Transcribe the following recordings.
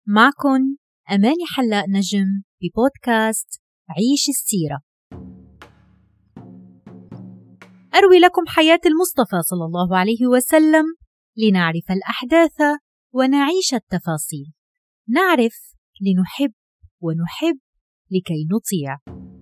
معكن أماني حلاق نجم ببودكاست عيش السيرة. أروي لكم حياة المصطفى صلى الله عليه وسلم لنعرف الأحداث ونعيش التفاصيل، نعرف لنحب ونحب لكي نطيع.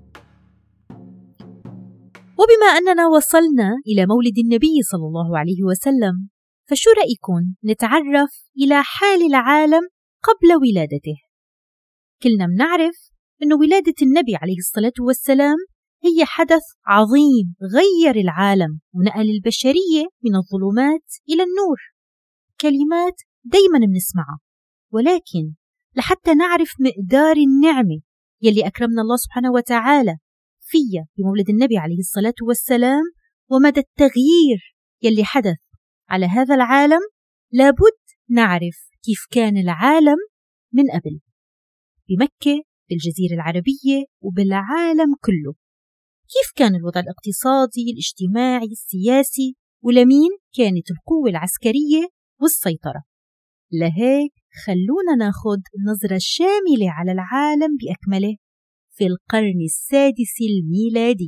وبما أننا وصلنا إلى مولد النبي صلى الله عليه وسلم، فشو رأيكم نتعرف إلى حال العالم قبل ولادته؟ كلنا منعرف أن ولادة النبي عليه الصلاة والسلام هي حدث عظيم غير العالم ونقل البشرية من الظلمات إلى النور. كلمات دايما بنسمعها، ولكن لحتى نعرف مقدار النعمة يلي أكرمنا الله سبحانه وتعالى فيها بمولد النبي عليه الصلاة والسلام ومدى التغيير يلي حدث على هذا العالم، لابد نعرف كيف كان العالم من قبل بمكة، بالجزيرة العربية، وبالعالم كله. كيف كان الوضع الاقتصادي، الاجتماعي، السياسي، ولمين كانت القوة العسكرية والسيطرة. لهيك خلونا ناخد نظرة شاملة على العالم بأكمله في القرن السادس الميلادي.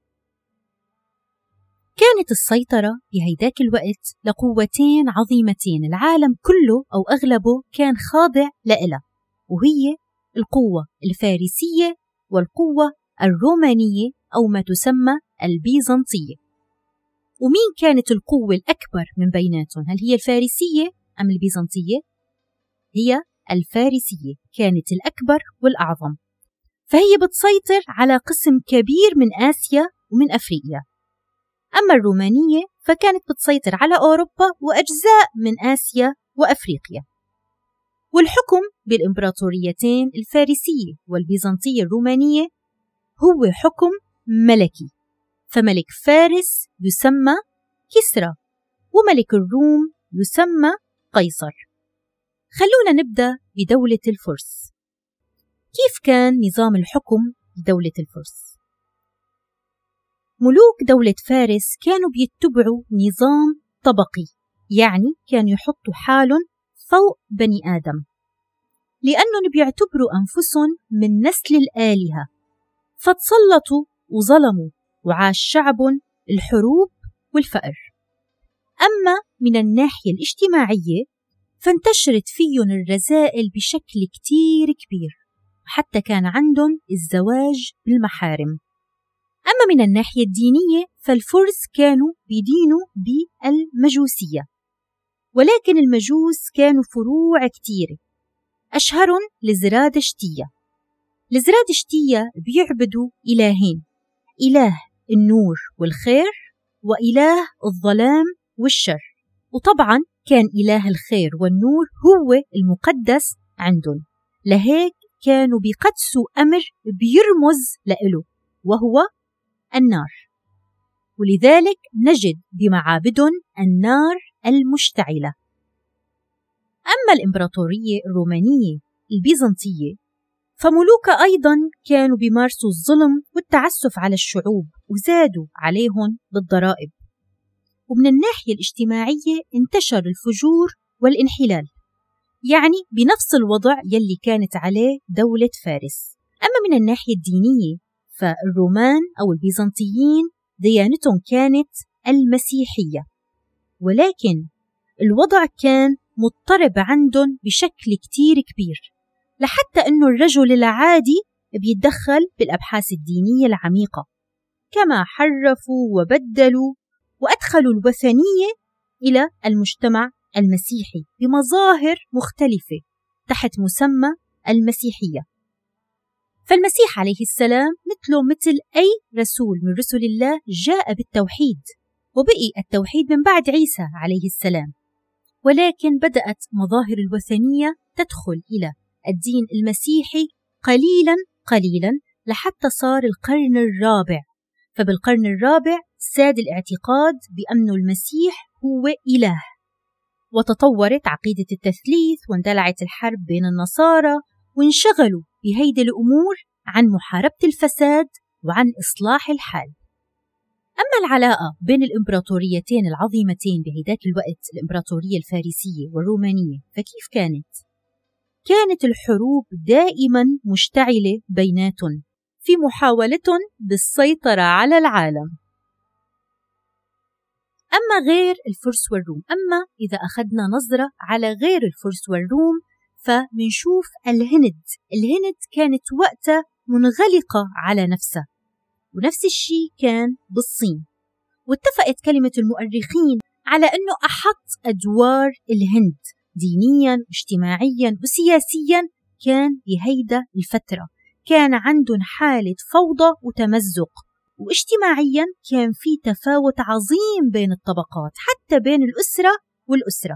كانت السيطرة بهيداك الوقت لقوتين عظيمتين العالم كله أو أغلبه كان خاضع لإلها، وهي القوة الفارسية والقوة الرومانية أو ما تسمى البيزنطية. ومين كانت القوة الأكبر من بيناتهم؟ هل هي الفارسية أم البيزنطية؟ هي الفارسية كانت الأكبر والأعظم، فهي بتسيطر على قسم كبير من آسيا ومن أفريقيا. أما الرومانية فكانت بتسيطر على أوروبا وأجزاء من آسيا وأفريقيا. والحكم بالإمبراطوريتين الفارسية والبيزنطية الرومانية هو حكم ملكي، فملك فارس يسمى كسرى وملك الروم يسمى قيصر. خلونا نبدأ بدولة الفرس. كيف كان نظام الحكم بدولة الفرس؟ ملوك دولة فارس كانوا بيتبعوا نظام طبقي، يعني كانوا يحطوا حالهم فوق بني آدم، لأنهم بيعتبروا أنفسهم من نسل الآلهة، فتسلطوا وظلموا وعاش شعب الحروب والفقر. أما من الناحية الاجتماعية فانتشرت فيهم الرذائل بشكل كتير كبير، وحتى كان عندهم الزواج بالمحارم. أما من الناحية الدينية فالفرس كانوا بيدينوا بالمجوسية، ولكن المجوس كانوا فروع كتيرة، أشهرهم الزرادشتية. الزرادشتية بيعبدوا إلهين، إله النور والخير وإله الظلام والشر، وطبعا كان إله الخير والنور هو المقدس عندهم، لهيك كانوا بيقدسوا أمر بيرمز لإله وهو النار، ولذلك نجد بمعابدهم النار المشتعلة. أما الإمبراطورية الرومانية البيزنطية فملوكها أيضا كانوا بيمارسوا الظلم والتعسف على الشعوب وزادوا عليهم بالضرائب. ومن الناحية الاجتماعية انتشر الفجور والانحلال، يعني بنفس الوضع يلي كانت عليه دولة فارس. أما من الناحية الدينية فالرومان أو البيزنطيين ديانتهم كانت المسيحية، ولكن الوضع كان مضطرب عندهم بشكل كتير كبير، لحتى أنه الرجل العادي بيتدخل بالأبحاث الدينية العميقة، كما حرفوا وبدلوا وأدخلوا الوثنية إلى المجتمع المسيحي بمظاهر مختلفة تحت مسمى المسيحية. فالمسيح عليه السلام مثله مثل أي رسول من رسل الله جاء بالتوحيد، وبقي التوحيد من بعد عيسى عليه السلام، ولكن بدأت مظاهر الوثنية تدخل إلى الدين المسيحي قليلا قليلا لحتى صار القرن الرابع. فبالقرن الرابع ساد الاعتقاد بأن المسيح هو إله، وتطورت عقيدة التثليث واندلعت الحرب بين النصارى، وانشغلوا بهيدي الأمور عن محاربة الفساد وعن إصلاح الحال. أما العلاقة بين الإمبراطوريتين العظيمتين بهيداك الوقت، الإمبراطورية الفارسية والرومانية، فكيف كانت؟ كانت الحروب دائما مشتعلة بيناتهم في محاولتهم بالسيطرة على العالم. أما غير الفرس والروم، أما إذا أخذنا نظرة على غير الفرس والروم فمنشوف الهند كانت وقتها منغلقة على نفسها، ونفس الشيء كان بالصين. واتفقت كلمة المؤرخين على أنه أحط أدوار الهند دينيا واجتماعيا وسياسيا كان بهيدا الفترة كان عندهم حالة فوضى وتمزق، واجتماعيا كان في تفاوت عظيم بين الطبقات حتى بين الأسرة والأسرة.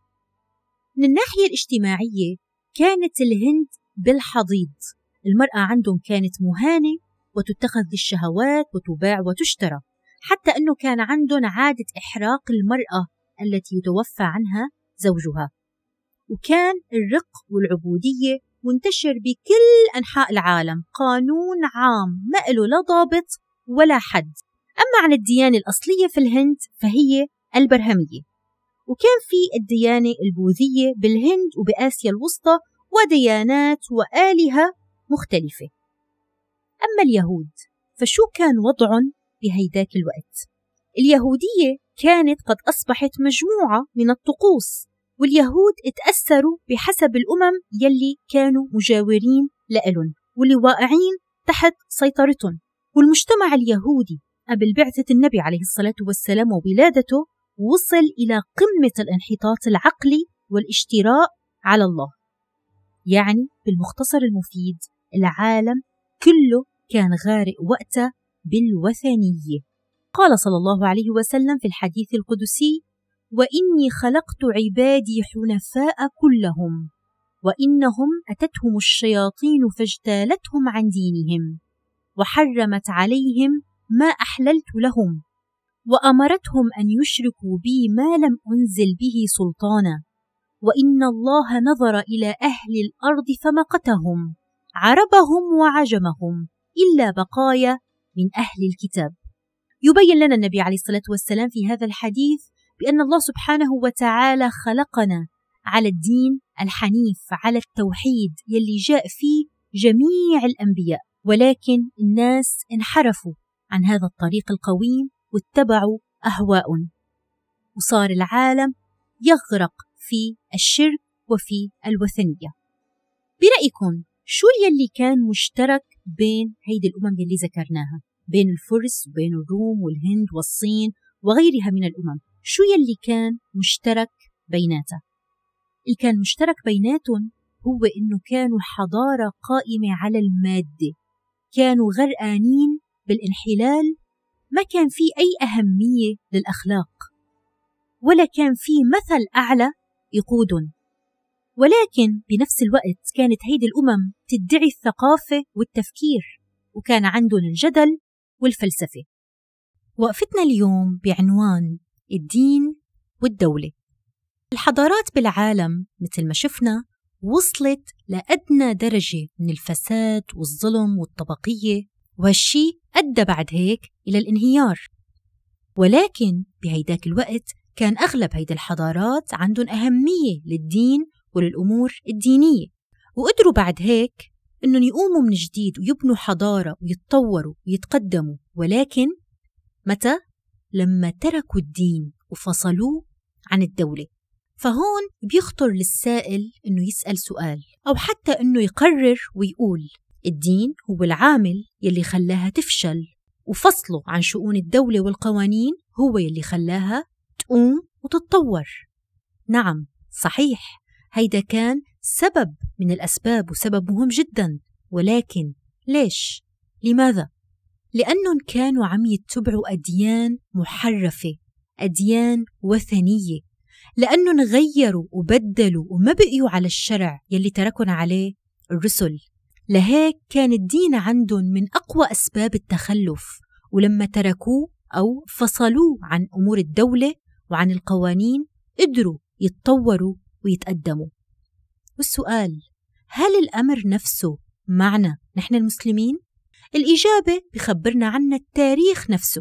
من الناحية الاجتماعية كانت الهند بالحضيض، المرأة عندهم كانت مهانة وتتخذ للشهوات وتباع وتشترى، حتى أنه كان عندهم عادة إحراق المرأة التي يتوفى عنها زوجها. وكان الرق والعبودية منتشر بكل أنحاء العالم، قانون عام ما له لا ضابط ولا حد. أما عن الديانة الأصلية في الهند فهي البرهمية، وكان في الديانة البوذية بالهند وبآسيا الوسطى وديانات وآلهة مختلفة. أما اليهود فشو كان وضعهم بهيداك الوقت؟ اليهودية كانت قد أصبحت مجموعة من الطقوس، واليهود اتأثروا بحسب الأمم يلي كانوا مجاورين لإلهم واللي واقعين تحت سيطرتهم. والمجتمع اليهودي قبل بعثة النبي عليه الصلاة والسلام وولادته وصل إلى قمة الانحطاط العقلي والاشتراء على الله. يعني بالمختصر المفيد العالم كله كان غارق وقتها بالوثنية. قال صلى الله عليه وسلم في الحديث القدسي: وإني خلقت عبادي حنفاء كلهم وإنهم أتتهم الشياطين فاجتالتهم عن دينهم وحرمت عليهم ما أحللت لهم وأمرتهم أن يشركوا بي ما لم أنزل به سلطانا، وإن الله نظر إلى أهل الأرض فمقتهم عربهم وعجمهم إلا بقايا من أهل الكتاب. يبين لنا النبي عليه الصلاة والسلام في هذا الحديث بأن الله سبحانه وتعالى خلقنا على الدين الحنيف، على التوحيد يلي جاء فيه جميع الأنبياء، ولكن الناس انحرفوا عن هذا الطريق القويم واتبعوا أهواءهم، وصار العالم يغرق في الشرك وفي الوثنية. برأيكم شو يلي كان مشترك بين هيدي الأمم يلي ذكرناها، بين الفرس وبين الروم والهند والصين وغيرها من الأمم؟ شو يلي كان مشترك بيناتها؟ اللي كان مشترك بيناتهم هو إنه كانوا حضارة قائمة على المادة، كانوا غرقانين بالانحلال، ما كان في أي أهمية للأخلاق ولا كان في مثل أعلى يقودهم. ولكن بنفس الوقت كانت هيدي الأمم تدعي الثقافة والتفكير، وكان عندهم الجدل والفلسفة. وقفتنا اليوم بعنوان الدين والدولة. الحضارات بالعالم مثل ما شفنا وصلت لأدنى درجة من الفساد والظلم والطبقية، وهالشي أدى بعد هيك إلى الانهيار. ولكن بهيداك الوقت كان أغلب هيدي الحضارات عندهم أهمية للدين وللأمور الدينية، وقدروا بعد هيك إنهم يقوموا من جديد ويبنوا حضارة ويتطوروا ويتقدموا. ولكن متى؟ لما تركوا الدين وفصلوه عن الدولة. فهون بيخطر للسائل إنه يسأل سؤال، أو حتى إنه يقرر ويقول: الدين هو العامل يلي خلاها تفشل، وفصله عن شؤون الدولة والقوانين هو يلي خلاها تقوم وتتطور. نعم صحيح، هيدا كان سبب من الأسباب وسبب مهم جدا، ولكن ليش؟ لماذا؟ لأنهم كانوا عم يتبعوا أديان محرفة، أديان وثنية، لأنهم غيروا وبدلوا وما بقيوا على الشرع يلي تركنا عليه الرسل. لهيك كان الدين عندهم من أقوى أسباب التخلف، ولما تركوه أو فصلوه عن أمور الدولة وعن القوانين قدروا يتطوروا ويتقدموا. والسؤال: هل الأمر نفسه معنا نحن المسلمين؟ الإجابة بخبرنا عنها التاريخ نفسه.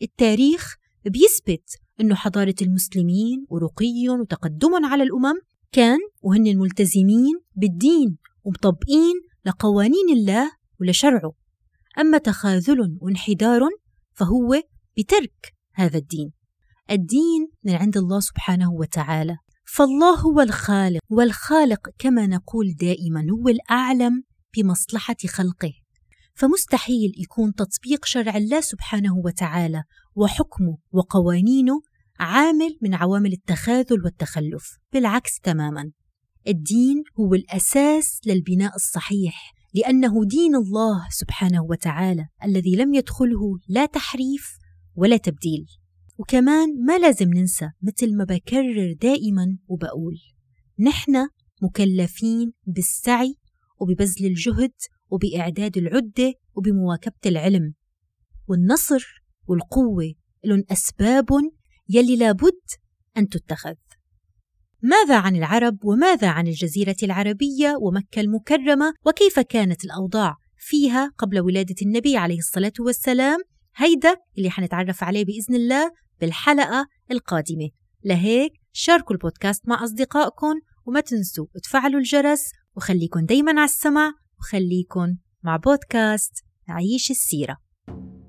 التاريخ بيثبت أنه حضارة المسلمين ورقيهم وتقدمهم على الأمم كان وهن الملتزمين بالدين ومطبقين لقوانين الله ولشرعه. أما تخاذل وانحدار فهو بترك هذا الدين. الدين من عند الله سبحانه وتعالى، فالله هو الخالق، والخالق كما نقول دائما هو الأعلم بمصلحة خلقه، فمستحيل يكون تطبيق شرع الله سبحانه وتعالى وحكمه وقوانينه عامل من عوامل التخاذل والتخلف، بالعكس تماما. الدين هو الأساس للبناء الصحيح، لأنه دين الله سبحانه وتعالى الذي لم يدخله لا تحريف ولا تبديل. وكمان ما لازم ننسى، مثل ما بكرر دائما وبقول، نحن مكلفين بالسعي وببذل الجهد وبإعداد العدة وبمواكبة العلم، والنصر والقوة لهم أسباب يلي لابد أن تتخذ. ماذا عن العرب وماذا عن الجزيرة العربية ومكة المكرمة وكيف كانت الأوضاع فيها قبل ولادة النبي عليه الصلاة والسلام؟ هيدا اللي حنتعرف عليه بإذن الله بالحلقة القادمة. لهيك شاركوا البودكاست مع أصدقائكم، وما تنسوا تفعلوا الجرس، وخليكن دايما على السمع، وخليكن مع بودكاست عيش السيرة.